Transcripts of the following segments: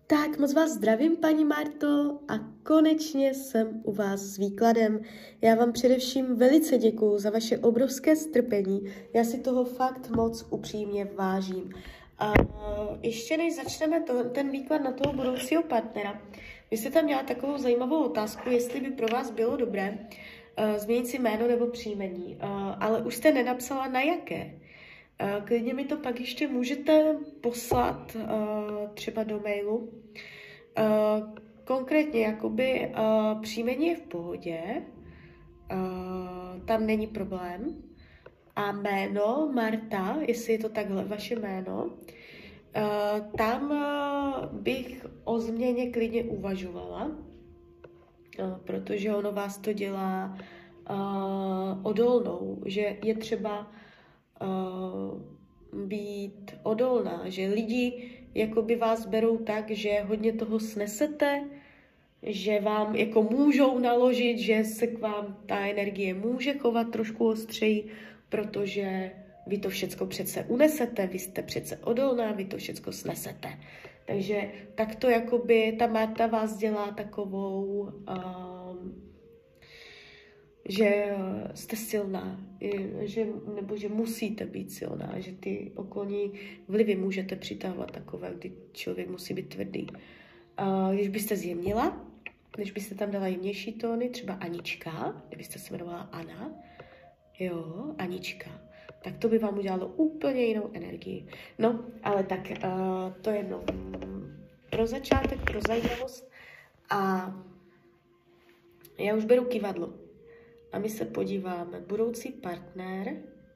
Tak moc vás zdravím, paní Marto, a konečně jsem u vás s výkladem. Já vám především velice děkuju za vaše obrovské strpení. Já si toho fakt moc upřímně vážím. A ještě než začneme ten výklad na toho budoucího partnera, vy jste tam měla takovou zajímavou otázku, jestli by pro vás bylo dobré změnit si jméno nebo příjmení, ale už jste nenapsala na jaké. Klidně mi to pak ještě můžete poslat třeba do mailu. Konkrétně jakoby příjmení je v pohodě, tam není problém. A jméno Marta, jestli je to takhle vaše jméno, tam bych o změně klidně uvažovala, protože ono vás to dělá odolnou, že je třeba být odolná, že lidi jakoby vás berou tak, že hodně toho snesete, že vám jako můžou naložit, že se k vám ta energie může chovat trošku ostřeji, protože vy to všecko přece unesete, vy jste přece odolná, vy to všecko snesete. Takže tak to jakoby ta Marta vás dělá takovou, že jste silná, nebo že musíte být silná, že ty okolní vlivy můžete přitahovat takové, kdy člověk musí být tvrdý. Když byste zjemnila, když byste tam dala jemnější tóny, třeba Anička, kdybyste se jmenovala Anna, jo, Anička, tak to by vám udělalo úplně jinou energii. No, ale tak to je jedno pro začátek, pro zajímavost. A já už beru kyvadlo. A my se podíváme. Budoucí partner.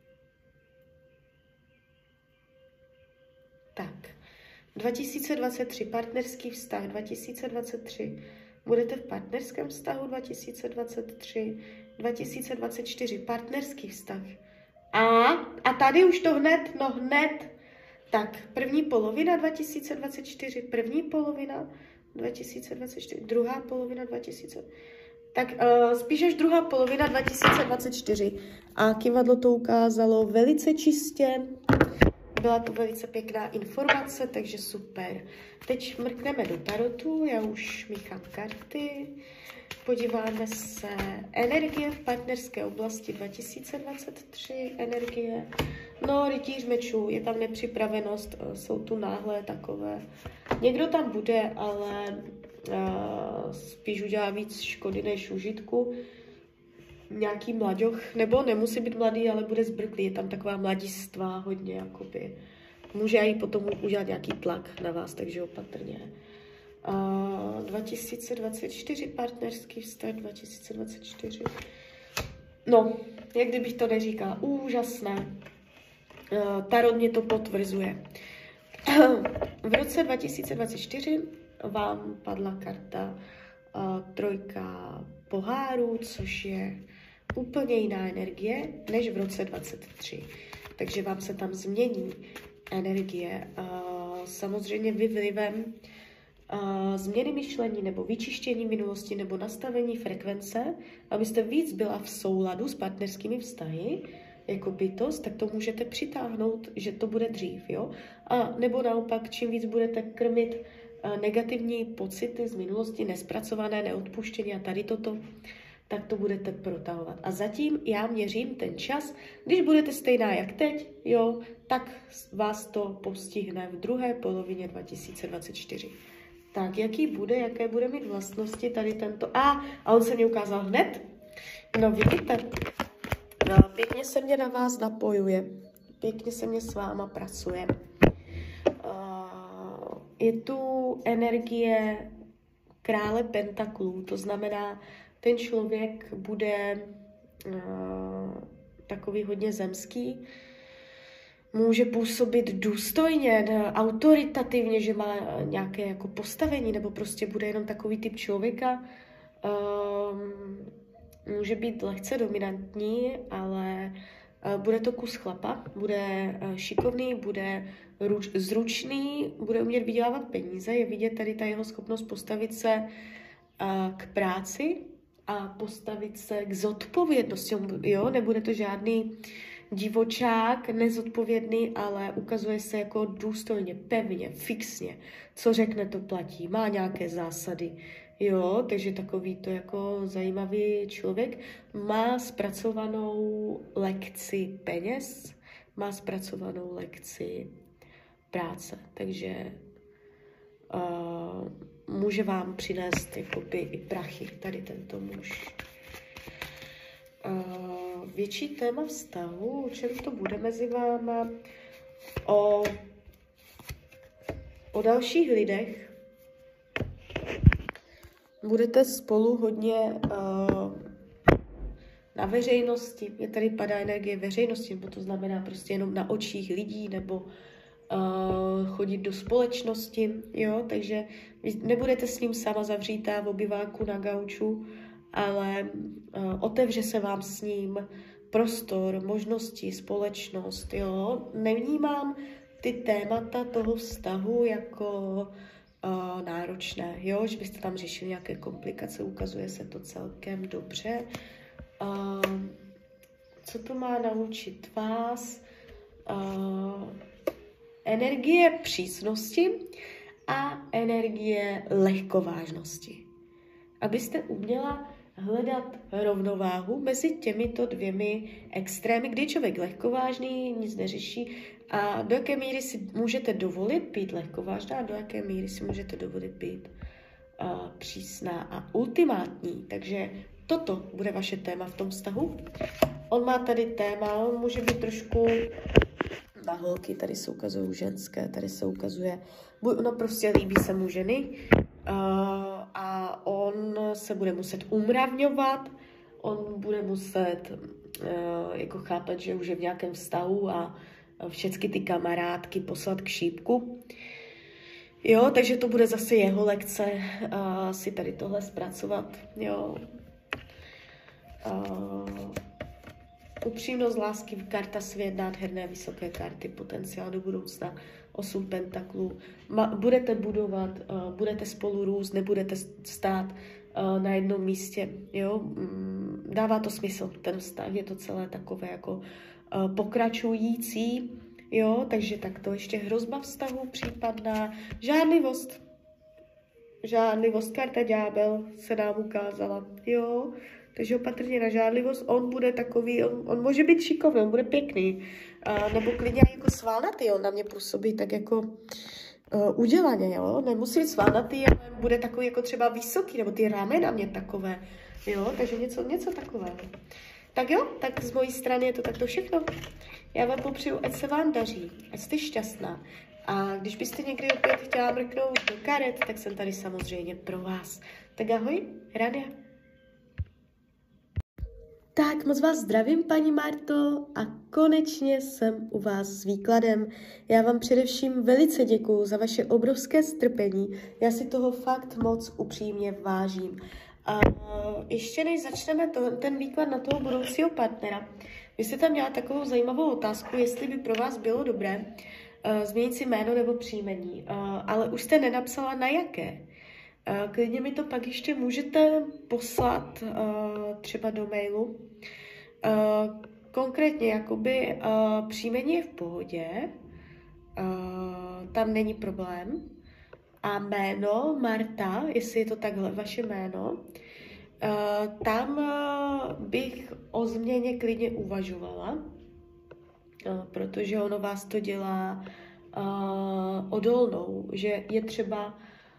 Tak. 2023. Partnerský vztah. 2023. Budete v partnerském vztahu 2023. 2024. Partnerský vztah. A tady už to hned, Tak, první polovina 2024. První polovina 2024. Druhá polovina 2024. Tak spíš až druhá polovina 2024. A kyvadlo to ukázalo velice čistě. Byla to velice pěkná informace, takže super. Teď mrkneme do tarotu, já už míchám karty. Podíváme se energie v partnerské oblasti 2023. Energie. No, rytíř mečů, je tam nepřipravenost, jsou tu náhle takové. Někdo tam bude, ale spíš udělá víc škody než užitku. Nějaký mlaďoch, nebo nemusí být mladý, ale bude zbrklý. Je tam taková mladistva hodně, jakoby. Může i potom udělat nějaký tlak na vás, takže opatrně. 2024 partnerský vztah, 2024. No, jak kdybych to neříkala. Úžasné. Tarot mě to potvrzuje. V roce 2024 vám padla karta trojka pohárů, což je úplně jiná energie než v roce 23. Takže vám se tam změní energie. Samozřejmě vy vlivem změny myšlení nebo vyčištění minulosti nebo nastavení frekvence, abyste víc byla v souladu s partnerskými vztahy, jako bytost, tak to můžete přitáhnout, že to bude dřív, jo? A nebo naopak, čím víc budete krmit negativní pocity z minulosti, nespracované, neodpuštění a tady toto, tak to budete protahovat. A zatím já měřím ten čas, když budete stejná jak teď, jo, tak vás to postihne v druhé polovině 2024. Tak, jaké bude mít vlastnosti tady tento... A on se mě ukázal hned. No vidíte, pěkně se mě na vás napojuje. Pěkně se mě s váma pracuje. Je tu energie krále pentaklů, to znamená, ten člověk bude takový hodně zemský, může působit důstojně, autoritativně, že má nějaké jako postavení, nebo prostě bude jenom takový typ člověka. Může být lehce dominantní, ale bude to kus chlapa, bude šikovný, bude zručný, bude umět vydělávat peníze, je vidět tady ta jeho schopnost postavit se k práci a postavit se k zodpovědnosti, jo, nebude to žádný divočák, nezodpovědný, ale ukazuje se jako důstojně, pevně, fixně. Co řekne, to platí. Má nějaké zásady. Jo, takže takový to jako zajímavý člověk. Má zpracovanou lekci peněz, má zpracovanou lekci práce, takže může vám přinést jakoby i prachy, tady tento muž. Větší téma vztahu, o čem to bude mezi váma, o dalších lidech. Budete spolu hodně na veřejnosti, je tady padá energie veřejnosti, nebo to znamená prostě jenom na očích lidí, nebo chodit do společnosti, jo, takže vy nebudete s ním sama zavřítá v obyváku na gauču, ale otevře se vám s ním prostor, možnosti, společnost, jo. Nevnímám ty témata toho vztahu jako náročné, jo, že byste tam řešili nějaké komplikace, ukazuje se to celkem dobře. Co to má naučit vás? Energie přísnosti a energie lehkovážnosti. Abyste uměla hledat rovnováhu mezi těmito dvěmi extrémy, kdy je člověk lehkovážný, nic neřeší a do jaké míry si můžete dovolit být lehkovážná a do jaké míry si můžete dovolit být přísná a ultimátní. Takže toto bude vaše téma v tom vztahu. On má tady téma, on může být trošku na holky, tady se ukazují ženské, tady se ukazuje, no prostě líbí se mu ženy a on se bude muset umravňovat, on bude muset jako chápat, že už je v nějakém vztahu a všechny ty kamarádky poslat k šípku. Jo, takže to bude zase jeho lekce si tady tohle zpracovat, jo. Upřímnost lásky, karta svět, nádherné vysoké karty, potenciál do budoucna, 8 pentaklů. Budete budovat, budete spolu růst, nebudete stát na jednom místě. Jo? Dává to smysl, ten vztah je to celé takové jako pokračující. Jo? Takže takto ještě hrozba vztahu případná. Žádlivost. Žádlivost, karta ďábel se nám ukázala. Jo? Takže opatrně na žádlivost, on bude takový, on může být šikovný, on bude pěkný, nebo klidně jako svalnatý, on na mě působí tak jako udělaně, jo, nemusí být svalnatý, ale bude takový jako třeba vysoký, nebo ty rámy na mě takové, jo, takže něco takového. Tak jo, tak z mojí strany je to takto všechno. Já vám popřeju, ať se vám daří, ať jste šťastná. A když byste někdy opět chtěla mrknout do karet, tak jsem tady samozřejmě pro vás. Tak ahoj, Rania. Tak moc vás zdravím, paní Marto, a konečně jsem u vás s výkladem. Já vám především velice děkuju za vaše obrovské strpení. Já si toho fakt moc upřímně vážím. A ještě než začneme ten výklad na toho budoucího partnera, vy jste tam měla takovou zajímavou otázku, jestli by pro vás bylo dobré změnit si jméno nebo příjmení, ale už jste nenapsala na jaké. Klidně mi to pak ještě můžete poslat třeba do mailu. Konkrétně jakoby příjmení je v pohodě, tam není problém. A jméno Marta, jestli je to takhle vaše jméno, tam bych o změně klidně uvažovala, protože ono vás to dělá odolnou, že je třeba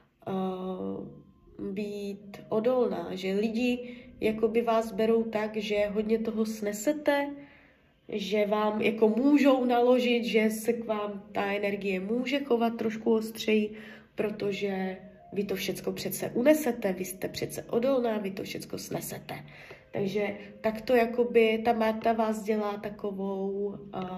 být odolná, že lidi jakoby vás berou tak, že hodně toho snesete, že vám jako můžou naložit, že se k vám ta energie může chovat trošku ostřeji, protože vy to všecko přece unesete, vy jste přece odolná, vy to všecko snesete. Takže takto jakoby ta Marta vás dělá takovou,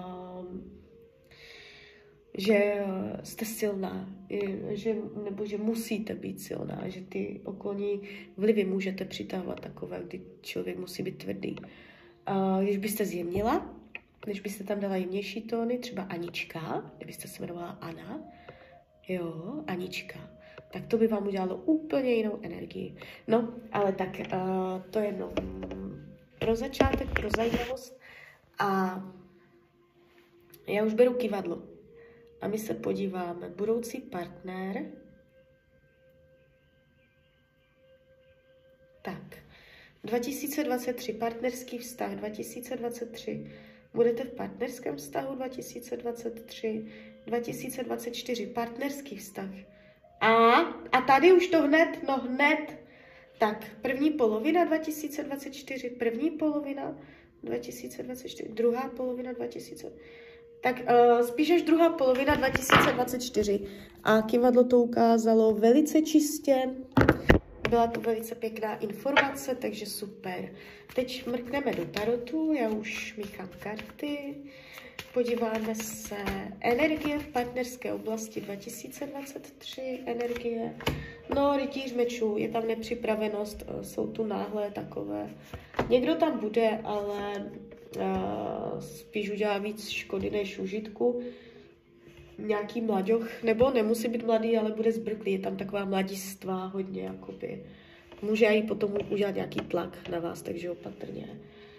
že jste silná, nebo že musíte být silná, že ty okolní vlivy můžete přitahovat takové, kdy člověk musí být tvrdý. Když byste zjemnila, když byste tam dala jemnější tóny, třeba Anička, kdybyste se jmenovala Anna, jo, Anička, tak to by vám udělalo úplně jinou energii. No, ale tak to je jedno pro začátek, pro zajímavost. A Já už beru kyvadlo. A my se podíváme. Budoucí partner. Tak. 2023. Partnerský vztah. 2023. Budete v partnerském vztahu 2023. 2024. Partnerský vztah. A tady už to hned. Tak, první polovina 2024, první polovina 2024, druhá polovina 2000. Tak spíš až druhá polovina 2024. A kyvadlo to ukázalo velice čistě. Byla to velice pěkná informace, takže super. Teď mrkneme do tarotu, já už míchám karty. Podíváme se energie v partnerské oblasti 2023, energie. No, rytíř mečů, je tam nepřipravenost, jsou tu náhle takové. Někdo tam bude, ale spíš udělá víc škody než užitku. Nějaký mlaďoch, nebo nemusí být mladý, ale bude zbrklý, je tam taková mladistva hodně, jakoby. Může i potom udělat nějaký tlak na vás, takže opatrně.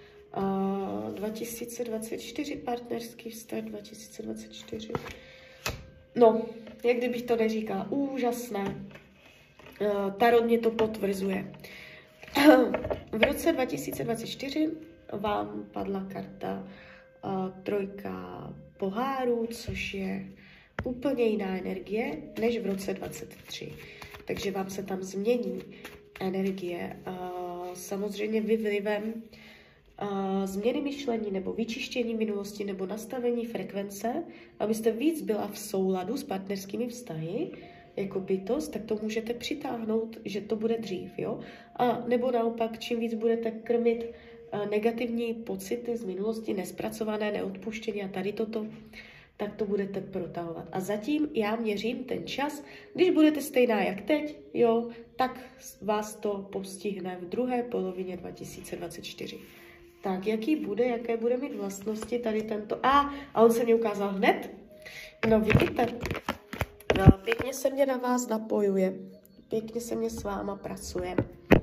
2024 partnerský vztah, 2024. No, jak kdybych to neříkala, úžasné. Tarot mě to potvrzuje. V roce 2024 vám padla karta trojka pohárů, což je úplně jiná energie než v roce 2023. Takže vám se tam změní energie. Samozřejmě vy vlivem změny myšlení nebo vyčištění minulosti nebo nastavení frekvence, abyste víc byla v souladu s partnerskými vztahy, jako bytost, tak to můžete přitáhnout, že to bude dřív, jo? A nebo naopak, čím víc budete krmit negativní pocity z minulosti, nespracované, neodpuštění a tady toto, tak to budete protahovat. A zatím já měřím ten čas, když budete stejná jak teď, jo, tak vás to postihne v druhé polovině 2024. Tak, jaké bude mít vlastnosti tady tento... A on se mě ukázal hned. No vidíte, no, pěkně se mě na vás napojuje. Pěkně se mě s váma pracuje.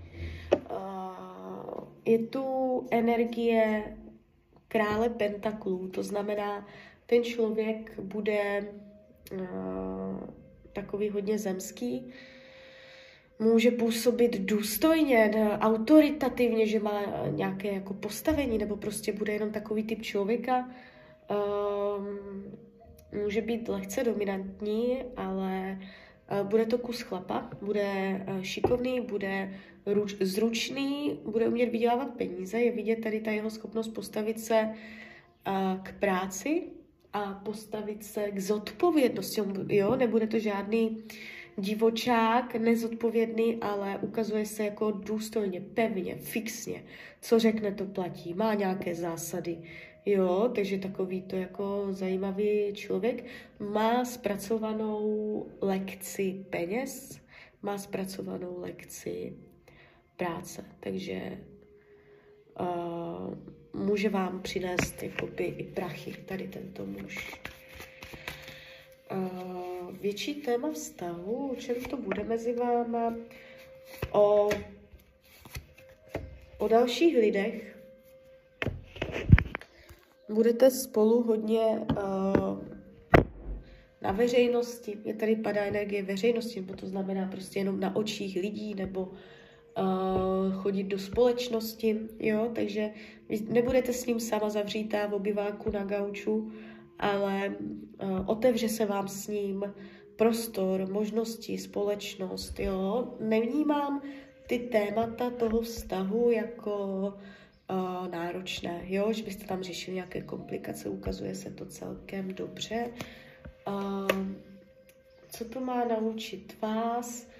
Je tu energie krále pentaklů, to znamená, ten člověk bude takový hodně zemský, může působit důstojně, autoritativně, že má nějaké jako postavení, nebo prostě bude jenom takový typ člověka. Může být lehce dominantní, ale bude to kus chlapa, bude šikovný, bude zručný, bude umět vydělávat peníze, je vidět tady ta jeho schopnost postavit se k práci a postavit se k zodpovědnosti, jo, nebude to žádný divočák, nezodpovědný, ale ukazuje se jako důstojně, pevně, fixně. Co řekne, to platí. Má nějaké zásady. Jo, takže takový to jako zajímavý člověk. Má zpracovanou lekci peněz, má zpracovanou lekci práce. Takže může vám přinést jakoby i prachy, tady tento muž. Větší téma vztahu, o čem to bude mezi váma, o dalších lidech. Budete spolu hodně na veřejnosti, je tady padá energie veřejnosti, nebo to znamená prostě jenom na očích lidí, nebo chodit do společnosti, jo, takže nebudete s ním sama zavřítá v obyváku na gauču, ale otevře se vám s ním prostor, možnosti, společnost, jo. Nevnímám ty témata toho vztahu jako náročné, jo, že byste tam řešili nějaké komplikace, ukazuje se to celkem dobře. Co to má naučit vás?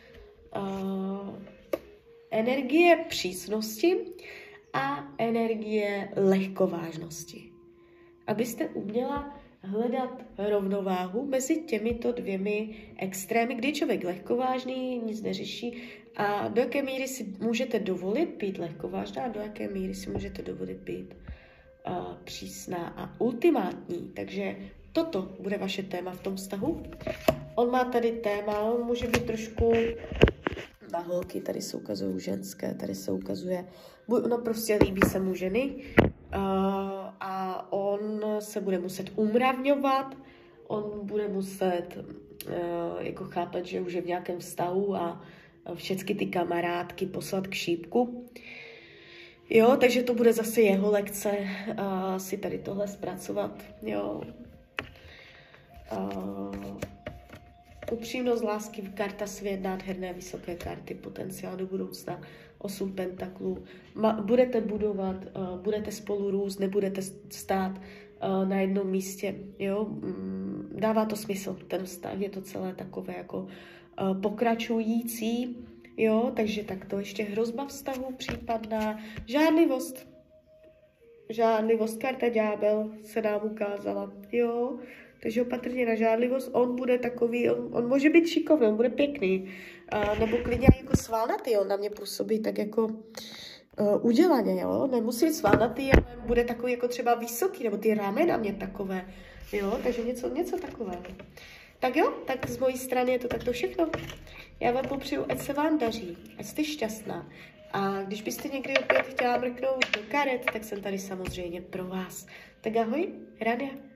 Energie přísnosti a energie lehkovážnosti. Abyste uměla hledat rovnováhu mezi těmito dvěmi extrémy, kdy je člověk lehkovážný, nic neřeší a do jaké míry si můžete dovolit být lehkovážná a do jaké míry si můžete dovolit být přísná a ultimátní. Takže toto bude vaše téma v tom vztahu. On má tady téma, on může být trošku na holky, tady se ukazují ženské, tady se ukazuje, ono prostě líbí se mu ženy, a on se bude muset umravňovat, on bude muset jako chápat, že už je v nějakém vztahu a všechny ty kamarádky poslat k šípku. Jo, takže to bude zase jeho lekce si tady tohle zpracovat. Jo. Upřímnost lásky, karta svět, nádherné vysoké karty, potenciál do budoucna, 8 pentaklů. Budete budovat, budete spolu růst, nebudete stát na jednom místě. Jo? Dává to smysl, ten vztah, je to celé takové jako pokračující. Jo? Takže takto ještě hrozba vztahu případná, žádlivost. Žádlivost, karta ďábel se nám ukázala. Jo? Takže opatrně na žádlivost, on bude takový, on může být šikovný, on bude pěkný, nebo klidně jako svalnatý, on na mě působí tak jako udělaně, jo, nemusí být svalnatý, ale bude takový jako třeba vysoký, nebo ty ramena mě takové, jo, takže něco takového. Tak jo, tak z mojí strany je to takto všechno. Já vám popřeju, ať se vám daří, ať jste šťastná. A když byste někdy opět chtěla mrknout do karet, tak jsem tady samozřejmě pro vás. Tak ahoj, Rania.